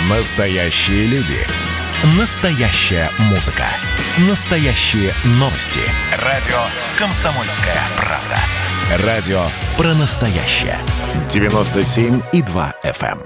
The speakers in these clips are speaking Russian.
Настоящие люди. Настоящая музыка. Настоящие новости. Радио «Комсомольская правда». Радио про настоящее. 97,2 FM.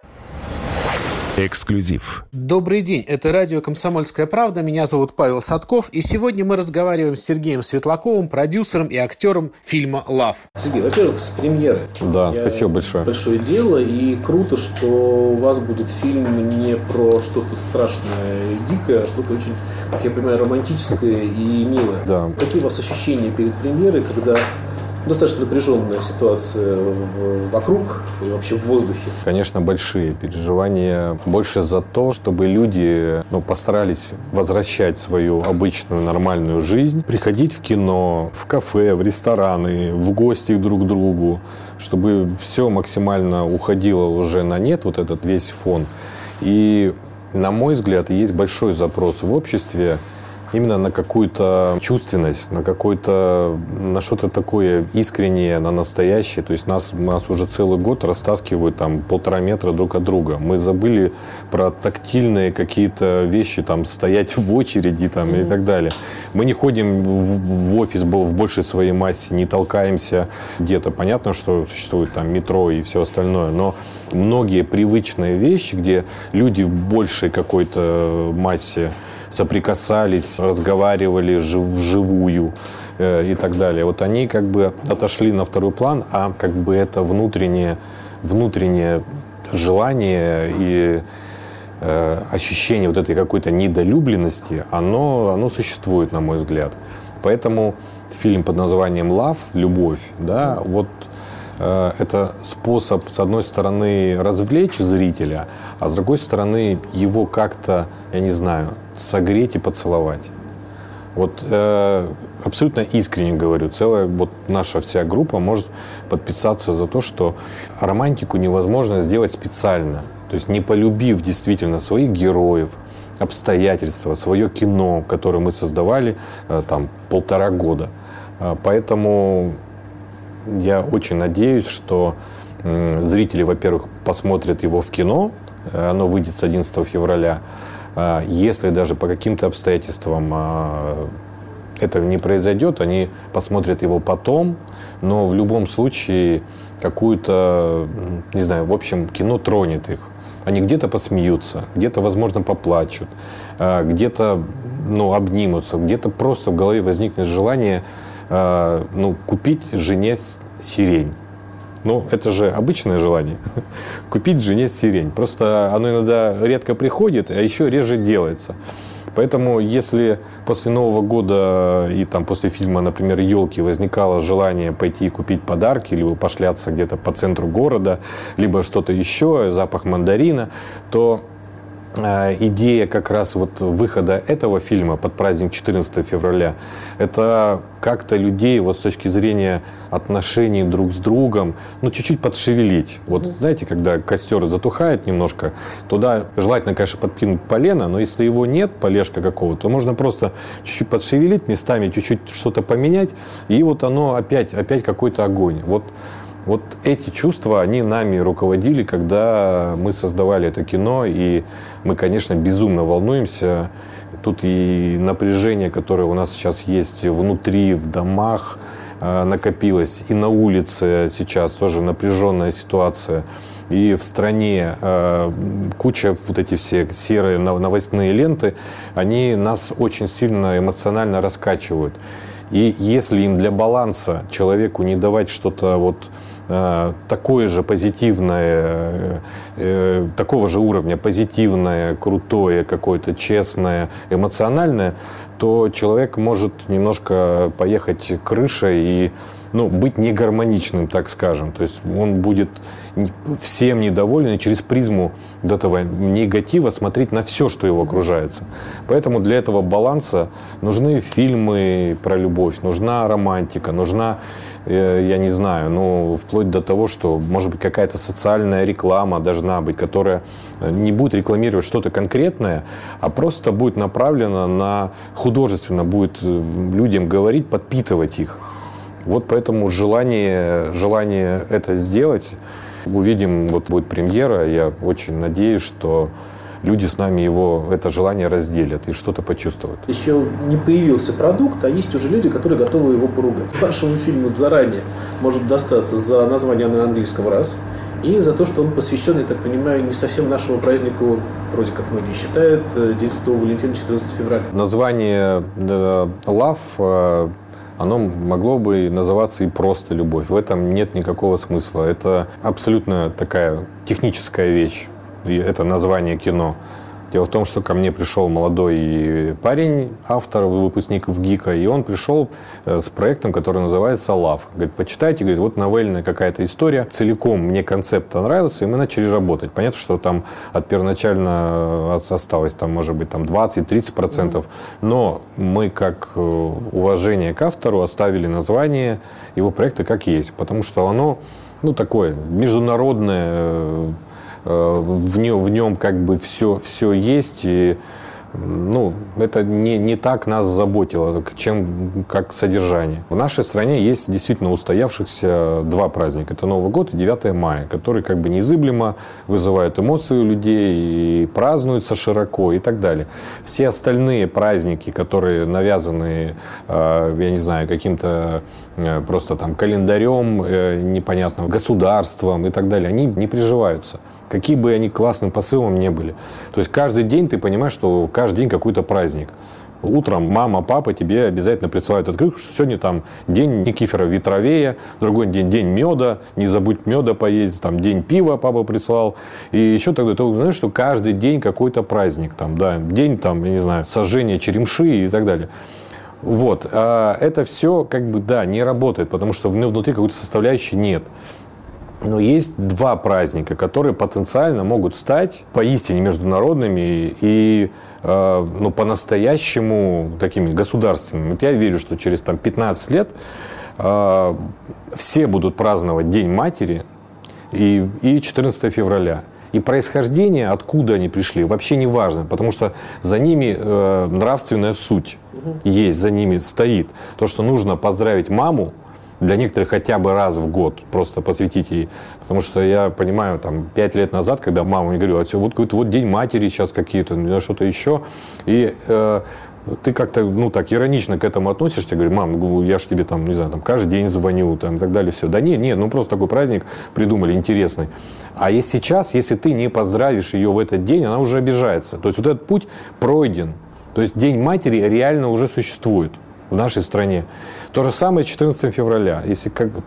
Эксклюзив. Добрый день, это радио «Комсомольская правда», меня зовут Павел Садков, и сегодня мы разговариваем с Сергеем Светлаковым, продюсером и актером фильма «Лав». Сергей, во-первых, с премьеры. Да, спасибо большое. Большое дело, и круто, что у вас будет фильм не про что-то страшное и дикое, а что-то очень, как я понимаю, романтическое и милое. Да. Какие у вас ощущения перед премьерой, когда достаточно напряженная ситуация вокруг и вообще в воздухе? Конечно, большие переживания. Больше за то, чтобы люди постарались возвращать свою обычную нормальную жизнь, приходить в кино, в кафе, в рестораны, в гости друг к другу, чтобы все максимально уходило уже на нет, вот этот весь фон. И, на мой взгляд, есть большой запрос в обществе именно на какую-то чувственность, на что-то такое искреннее, на настоящее. То есть нас уже целый год растаскивают 1,5 метра друг от друга. Мы забыли про тактильные какие-то вещи, стоять в очереди и так далее. Мы не ходим в офис в большей своей массе, не толкаемся где-то. Понятно, что существует метро и все остальное, но многие привычные вещи, где люди в большей какой-то массе соприкасались, разговаривали вживую и так далее. Вот они отошли на второй план, а это внутреннее желание и ощущение вот этой какой-то недолюбленности, оно существует, на мой взгляд. Поэтому фильм под названием «Лав», «Любовь», это способ, с одной стороны, развлечь зрителя, а с другой стороны, его как-то, согреть и поцеловать. Абсолютно искренне говорю, целая наша вся группа может подписаться за то, что романтику невозможно сделать специально. То есть не полюбив действительно своих героев, обстоятельства, свое кино, которое мы создавали 1,5 года. Поэтому я очень надеюсь, что зрители, во-первых, посмотрят его в кино. Оно выйдет с 11 февраля. Если даже по каким-то обстоятельствам это не произойдет, они посмотрят его потом. Но в любом случае кино тронет их. Они где-то посмеются, где-то, возможно, поплачут, где-то обнимутся, где-то просто в голове возникнет желание купить жене сирень. Это же обычное желание. Купить жене сирень. Просто оно иногда редко приходит, а еще реже делается. Поэтому, если после Нового года и после фильма, например, «Елки» возникало желание пойти купить подарки, либо пошляться где-то по центру города, либо что-то еще, запах мандарина, то идея как раз выхода этого фильма под праздник 14 февраля, это как-то людей с точки зрения отношений друг с другом, чуть-чуть подшевелить. Знаете, когда костер затухает немножко, туда желательно, конечно, подкинуть полено, но если его нет, полежка какого-то, то можно просто чуть-чуть подшевелить, местами чуть-чуть что-то поменять, и оно опять какой-то огонь. Эти чувства, они нами руководили, когда мы создавали это кино, и мы, конечно, безумно волнуемся. Тут и напряжение, которое у нас сейчас есть внутри, в домах, накопилось, и на улице сейчас тоже напряженная ситуация, и в стране куча эти все серые новостные ленты, они нас очень сильно эмоционально раскачивают. И если им для баланса человеку не давать что-то такое же позитивное, такого же уровня позитивное, крутое, какое-то честное, эмоциональное, то человек может немножко поехать крышей и быть негармоничным, так скажем. То есть он будет всем недоволен и через призму этого негатива смотреть на все, что его окружается. Поэтому для этого баланса нужны фильмы про любовь, нужна романтика, нужна, вплоть до того, что, может быть, какая-то социальная реклама должна быть, которая не будет рекламировать что-то конкретное, а просто будет направлена художественно будет людям говорить, подпитывать их. Поэтому желание это сделать, увидим, вот будет премьера, я очень надеюсь, что люди с нами это желание разделят и что-то почувствуют. Еще не появился продукт, а есть уже люди, которые готовы его поругать. Вашему фильму заранее может достаться за название на английском раз и за то, что он посвящен, я так понимаю, не совсем нашему празднику, вроде как многие считают, День Святого Валентина, 14 февраля. Название «Love», оно могло бы называться и просто «Любовь». В этом нет никакого смысла. Это абсолютно такая техническая вещь. И это название кино. Дело в том, что ко мне пришел молодой парень, автор, выпускник ВГИКа, и он пришел с проектом, который называется «Love». Говорит, почитайте, говорит, вот новельная какая-то история. Целиком мне концепт понравился, и мы начали работать. Понятно, что там от первоначально осталось, там, может быть, там 20-30%, но мы, как уважение к автору, оставили название его проекта как есть, потому что оно, такое международное, в нем как бы все есть, и это не так нас заботило, как содержание. В нашей стране есть действительно устоявшихся два праздника. Это Новый год и 9 мая, которые как бы незыблемо вызывают эмоции у людей и празднуются широко и так далее. Все остальные праздники, которые навязаны, я не знаю, каким-то просто там календарем непонятным, государством и так далее, они не приживаются. Какие бы они классным посылом не были. То есть каждый день ты понимаешь, что каждый день какой-то праздник. Утром мама, папа тебе обязательно присылают открытку, что сегодня там день Никифора Ветровея, другой день меда, не забудь меда поесть, там день пива папа прислал. И еще тогда ты знаешь, что каждый день какой-то праздник. Там, да, день там, я не знаю, сожжения черемши и так далее. Вот. А это все как бы, да, не работает, потому что внутри какой-то составляющей нет. Но есть два праздника, которые потенциально могут стать поистине международными и по-настоящему такими государственными. Вот я верю, что через 15 лет все будут праздновать День матери и 14 февраля. И происхождение, откуда они пришли, вообще не важно, потому что за ними нравственная суть есть, за ними стоит. То, что нужно поздравить маму, для некоторых хотя бы раз в год просто посвятить ей. Потому что я понимаю, 5 лет назад, когда мама мне говорила, вот День матери сейчас какие-то, что-то еще. И ты как-то, так иронично к этому относишься. Говорю, мам, я же тебе каждый день звоню, и так далее, все. Да нет, просто такой праздник придумали интересный. А сейчас, если ты не поздравишь ее в этот день, она уже обижается. То есть вот этот путь пройден. То есть День матери реально уже существует в нашей стране. То же самое 14 февраля. Если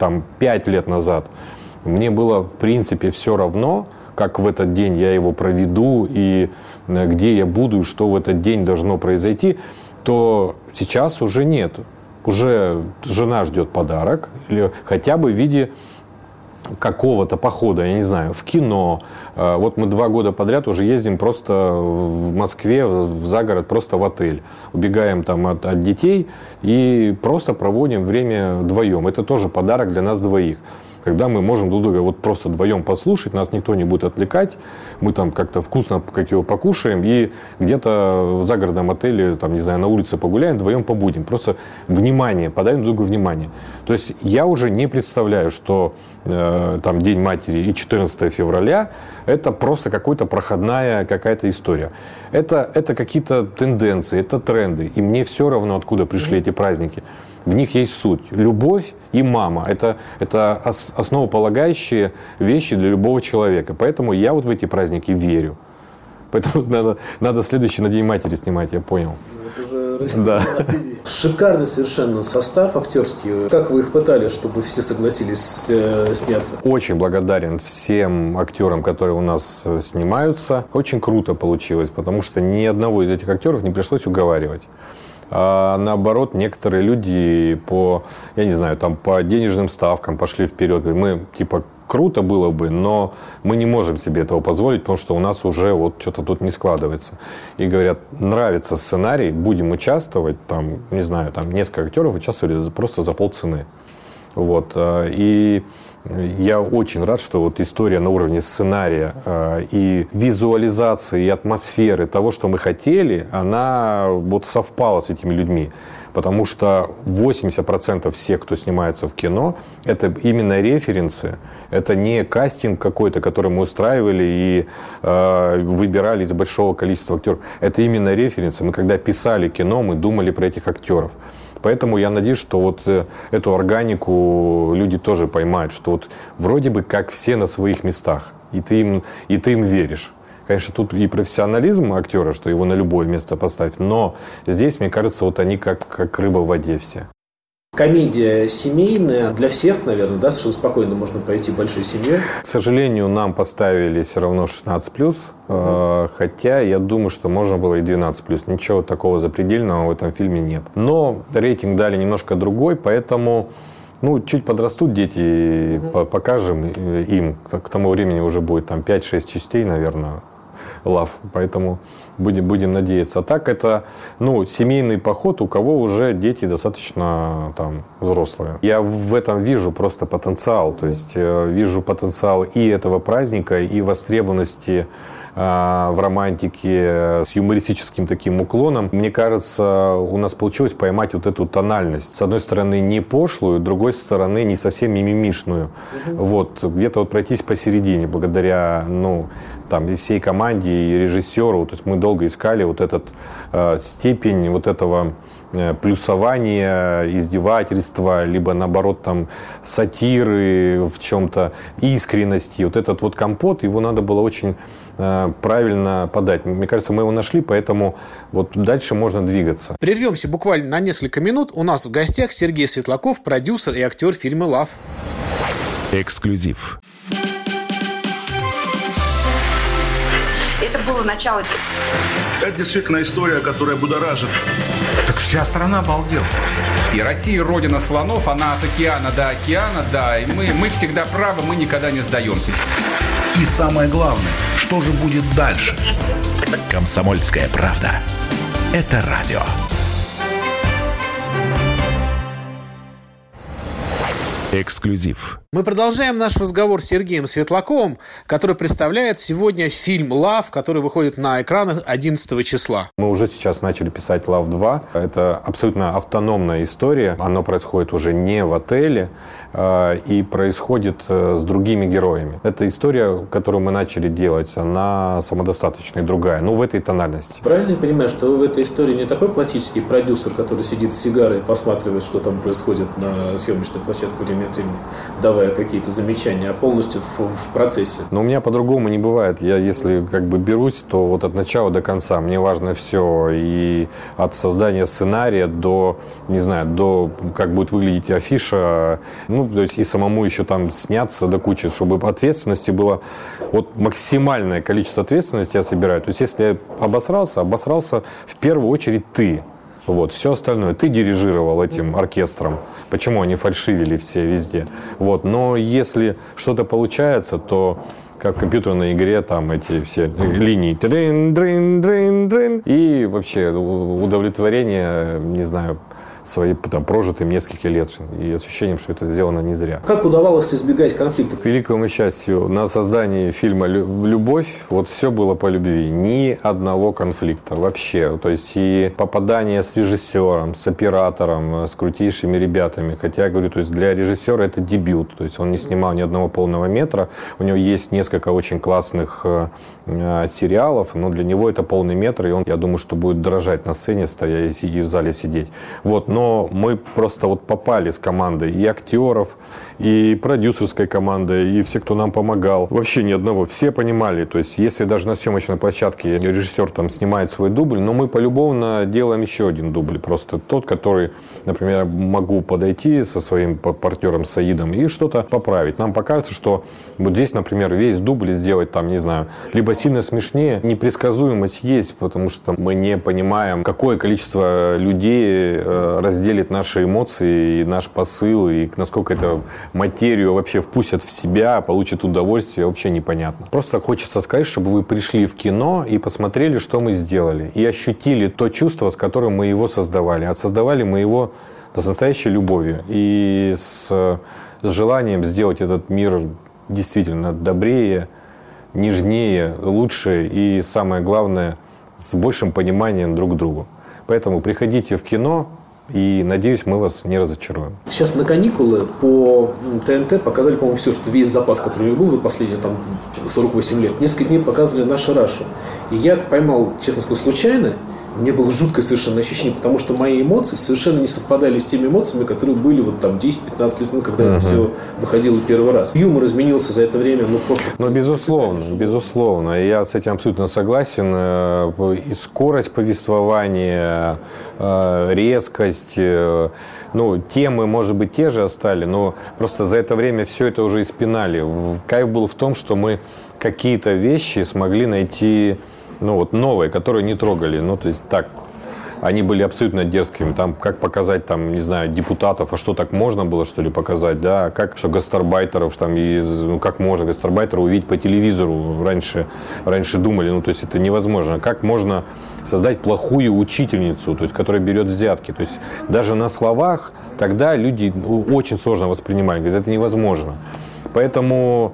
5 лет назад мне было, в принципе, все равно, как в этот день я его проведу, и где я буду, и что в этот день должно произойти, то сейчас уже нет. Уже жена ждет подарок, или хотя бы в виде какого-то похода, я не знаю, в кино. Вот мы 2 года подряд уже ездим просто в Москве, за город, просто в отель. Убегаем там от детей и просто проводим время вдвоем. Это тоже подарок для нас двоих. Когда мы можем друг друга вот просто вдвоем послушать, нас никто не будет отвлекать, мы там как-то вкусно его покушаем и где-то в загородном отеле, на улице погуляем, вдвоем побудем. Просто внимание, подаем друг другу внимание. То есть я уже не представляю, что День матери и 14 февраля это просто проходная какая-то история. Это какие-то тенденции, это тренды. И мне все равно, откуда пришли эти праздники. В них есть суть. Любовь и мама. Это основополагающие вещи для любого человека. Поэтому я вот в эти праздники верю. Поэтому надо следующий на День матери снимать, я понял. Это уже шикарный совершенно состав актерский. Как вы их пытали, чтобы все согласились сняться? Очень благодарен всем актерам, которые у нас снимаются. Очень круто получилось, потому что ни одного из этих актеров не пришлось уговаривать. А наоборот, некоторые люди по денежным ставкам пошли вперед. Мы, круто было бы, но мы не можем себе этого позволить, потому что у нас уже что-то тут не складывается. И говорят, нравится сценарий, будем участвовать. Несколько актеров участвовали просто за полцены. Вот. И Я очень рад, что вот история на уровне сценария и визуализации, и атмосферы того, что мы хотели, она вот совпала с этими людьми. Потому что 80% всех, кто снимается в кино, это именно референсы. Это не кастинг какой-то, который мы устраивали и выбирали из большого количества актеров. Это именно референсы. Мы когда писали кино, мы думали про этих актеров. Поэтому я надеюсь, что вот эту органику люди тоже поймают, что вот вроде бы как все на своих местах, и ты им веришь. Конечно, тут и профессионализм актера, что его на любое место поставить, но здесь, мне кажется, вот они как рыба в воде все. Комедия семейная для всех, наверное, да, совершенно спокойно можно пойти большой семьей. К сожалению, нам поставили все равно 16+, хотя я думаю, что можно было и 12+. Ничего такого запредельного в этом фильме нет. Но рейтинг дали немножко другой, поэтому чуть подрастут дети, покажем им. К тому времени уже будет там 5-6 частей, наверное, Лав. Поэтому будем надеяться. А так это, семейный поход, у кого уже дети достаточно там взрослые. Я в этом вижу просто потенциал. То есть вижу потенциал и этого праздника, и востребованности в романтике с юмористическим таким уклоном. Мне кажется, у нас получилось поймать вот эту тональность. С одной стороны, не пошлую, с другой стороны, не совсем мимимишную. Вот, где-то вот пройтись посередине, благодаря, там, и всей команде, и режиссеру. То есть мы долго искали вот этот степень вот этого плюсования, издевательства, либо, наоборот, там, сатиры в чем-то, искренности. Вот этот вот компот, его надо было очень правильно подать. Мне кажется, мы его нашли, поэтому вот дальше можно двигаться. Прервемся буквально на несколько минут. У нас в гостях Сергей Светлаков, продюсер и актер фильма «Лав». Эксклюзив. Это было начало. Это действительно история, которая будоражит. Так вся страна обалдела. И Россия родина слонов, она от океана до океана, да. И мы всегда правы, мы никогда не сдаемся. И самое главное, что же будет дальше? «Комсомольская правда». Это радио. Эксклюзив. Мы продолжаем наш разговор с Сергеем Светлаковым, который представляет сегодня фильм «Лав», который выходит на экраны 11 числа. Мы уже сейчас начали писать «Лав 2». Это абсолютно автономная история. Оно происходит уже не в отеле и происходит с другими героями. Эта история, которую мы начали делать, она самодостаточная и другая. В этой тональности. Правильно я понимаю, что вы в этой истории не такой классический продюсер, который сидит с сигарой и посматривает, что там происходит на съемочной площадке время от времени, давая какие-то замечания, а полностью в процессе? У меня по-другому не бывает. Я, если берусь, то вот от начала до конца. Мне важно все. И от создания сценария до, до как будет выглядеть афиша. То есть и самому еще там сняться до кучи, чтобы ответственности было максимальное количество ответственности я собираю. То есть если я обосрался в первую очередь ты. Все остальное. Ты дирижировал этим оркестром. Почему они фальшивили все везде? Но если что-то получается, то как в компьютерной игре, там эти все линии. И вообще удовлетворение, свои прожитым несколько лет. И ощущением, что это сделано не зря. Как удавалось избегать конфликтов? К великому счастью, на создании фильма «Любовь» все было по любви. Ни одного конфликта вообще. То есть и попадание с режиссером, с оператором, с крутейшими ребятами. Хотя, я говорю, для режиссера это дебют. То есть он не снимал ни одного полного метра. У него есть несколько очень классных сериалов, но для него это полный метр. И он, я думаю, что будет дрожать на сцене, стоя и в зале сидеть. Но мы просто попали с командой и актеров, и продюсерской командой, и все, кто нам помогал. Вообще ни одного. Все понимали. То есть, если даже на съемочной площадке режиссер там снимает свой дубль, но мы полюбовно делаем еще один дубль. Просто тот, который, например, могу подойти со своим партнером Саидом и что-то поправить. Нам покажется, что вот здесь, например, весь дубль сделать либо сильно смешнее. Непредсказуемость есть, потому что мы не понимаем, какое количество людей разделит наши эмоции и наш посыл, и насколько эту материю вообще впустят в себя, получат удовольствие, вообще непонятно. Просто хочется сказать, чтобы вы пришли в кино и посмотрели, что мы сделали, и ощутили то чувство, с которым мы его создавали. А создавали мы его с настоящей любовью и с с желанием сделать этот мир действительно добрее, нежнее, лучше и, самое главное, с большим пониманием друг к другу. Поэтому приходите в кино, и, надеюсь, мы вас не разочаруем. Сейчас на каникулы по ТНТ показали, по-моему, все, что весь запас, который у него был за последние 48 лет. Несколько дней показывали «Нашу Рашу». И я поймал, честно скажу, случайно. Мне было жуткое совершенно ощущение, потому что мои эмоции совершенно не совпадали с теми эмоциями, которые были 10-15 лет назад, когда это все выходило первый раз. Юмор изменился за это время, просто... Безусловно. Я с этим абсолютно согласен. И скорость повествования, резкость, темы, может быть, те же остались, но просто за это время все это уже испинали. Кайф был в том, что мы какие-то вещи смогли найти... новые, которые не трогали. То есть так, они были абсолютно дерзкими. Там, как показать, депутатов, а что так можно было, что ли, показать, да? Что гастарбайтеров, как можно гастарбайтера увидеть по телевизору, раньше думали, то есть это невозможно. Как можно создать плохую учительницу, то есть, которая берет взятки. То есть даже на словах тогда люди очень сложно воспринимали, говорят, это невозможно. Поэтому,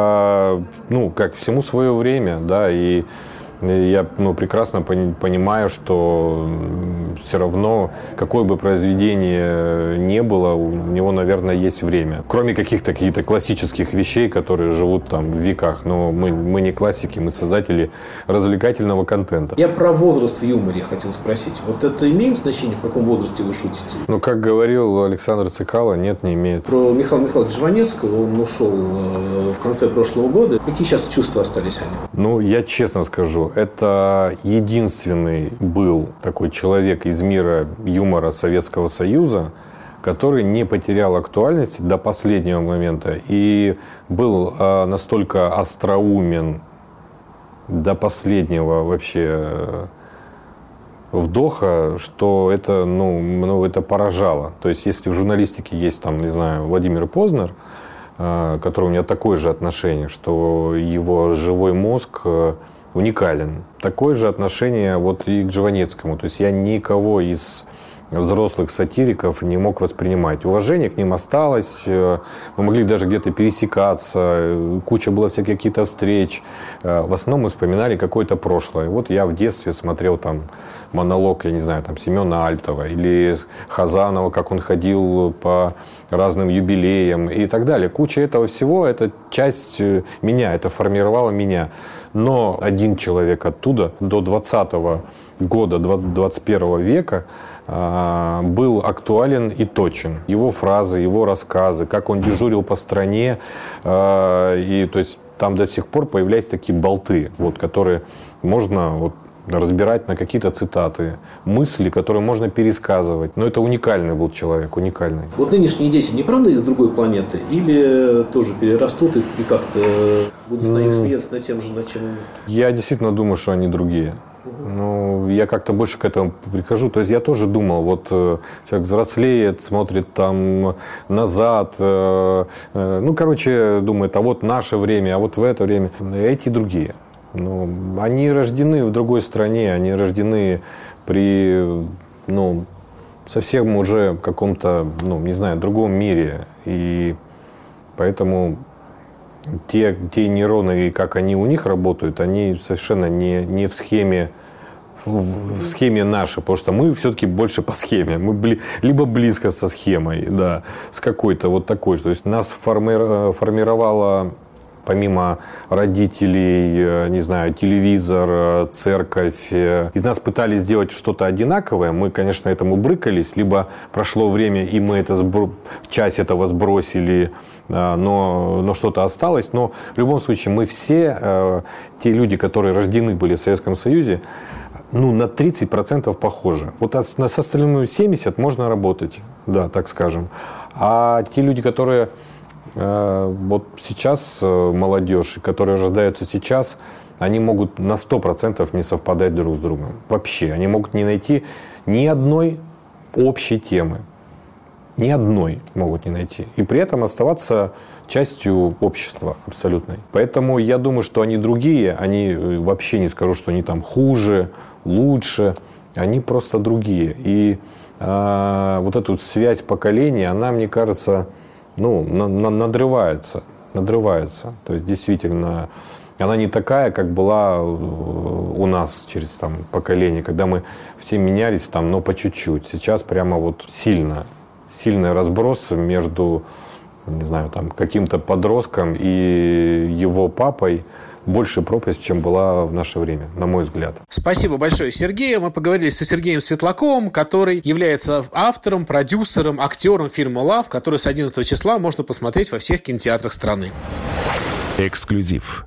как всему свое время, да, и я прекрасно понимаю, что все равно, какое бы произведение ни было, у него, наверное, есть время. Кроме каких-то классических вещей, которые живут в веках. Но мы не классики, мы создатели развлекательного контента. Я про возраст в юморе хотел спросить. Вот это имеет значение, в каком возрасте вы шутите? Как говорил Александр Цикало, нет, не имеет. Про Михаила Михайловича Жванецкого, он ушел в конце прошлого года. Какие сейчас чувства остались о нем? Я честно скажу, это единственный был такой человек из мира юмора Советского Союза, который не потерял актуальность до последнего момента и был настолько остроумен до последнего вообще вдоха, что это, это поражало. То есть, если в журналистике есть, Владимир Познер, к которому у меня такое же отношение, что его живой мозг уникален. Такое же отношение и к Жванецкому. То есть я никого из взрослых сатириков не мог воспринимать. Уважение к ним осталось, мы могли даже где-то пересекаться, куча было всяких каких-то встреч. В основном мы вспоминали какое-то прошлое. Я в детстве смотрел монолог, Семена Альтова или Хазанова, как он ходил по разным юбилеям и так далее. Куча этого всего, это часть меня, это формировало меня. Но один человек оттуда до 20-го года 21 века был актуален и точен. Его фразы, его рассказы, как он дежурил по стране. И то есть там до сих пор появляются такие болты, которые можно разбирать на какие-то цитаты, мысли, которые можно пересказывать. Но это уникальный был человек, уникальный. Нынешние дети, не правда, из другой планеты? Или тоже перерастут и как-то будут смеяться над тем же, над чем... Я действительно думаю, что они другие. Я как-то больше к этому прихожу. То есть я тоже думал, человек взрослеет, смотрит назад. Думает, а наше время, а в это время. Эти другие. Они рождены в другой стране, они рождены при, совсем уже каком-то, другом мире. И поэтому те нейроны, как они у них работают, они совершенно не в схеме нашей, потому что мы все-таки больше по схеме. Мы либо близко со схемой, да, с какой-то такой. То есть нас формировало, помимо родителей, телевизор, церковь, из нас пытались сделать что-то одинаковое. Мы, конечно, этому брыкались, либо прошло время, и мы часть этого сбросили, но что-то осталось. Но в любом случае мы все, те люди, которые рождены были в Советском Союзе, на 30% похожи. С остальными 70% можно работать, да, так скажем. А те люди, которые... сейчас молодежь, которые рождаются сейчас, они могут на 100% не совпадать друг с другом. Вообще. Они могут не найти ни одной общей темы. Ни одной могут не найти. И при этом оставаться частью общества абсолютной. Поэтому я думаю, что они другие. Они вообще не скажу, что они хуже, лучше. Они просто другие. И эту связь поколений, она, мне кажется... надрывается. То есть, действительно, она не такая, как была у нас через поколение, когда мы все менялись по чуть-чуть. Сейчас прямо сильный разброс между, не знаю, каким-то подростком и его папой. Больше пропасть, чем была в наше время, на мой взгляд. Спасибо большое, Сергей. Мы поговорили со Сергеем Светлаковым, который является автором, продюсером, актером фильма «Лав», который с 11 числа можно посмотреть во всех кинотеатрах страны. Эксклюзив.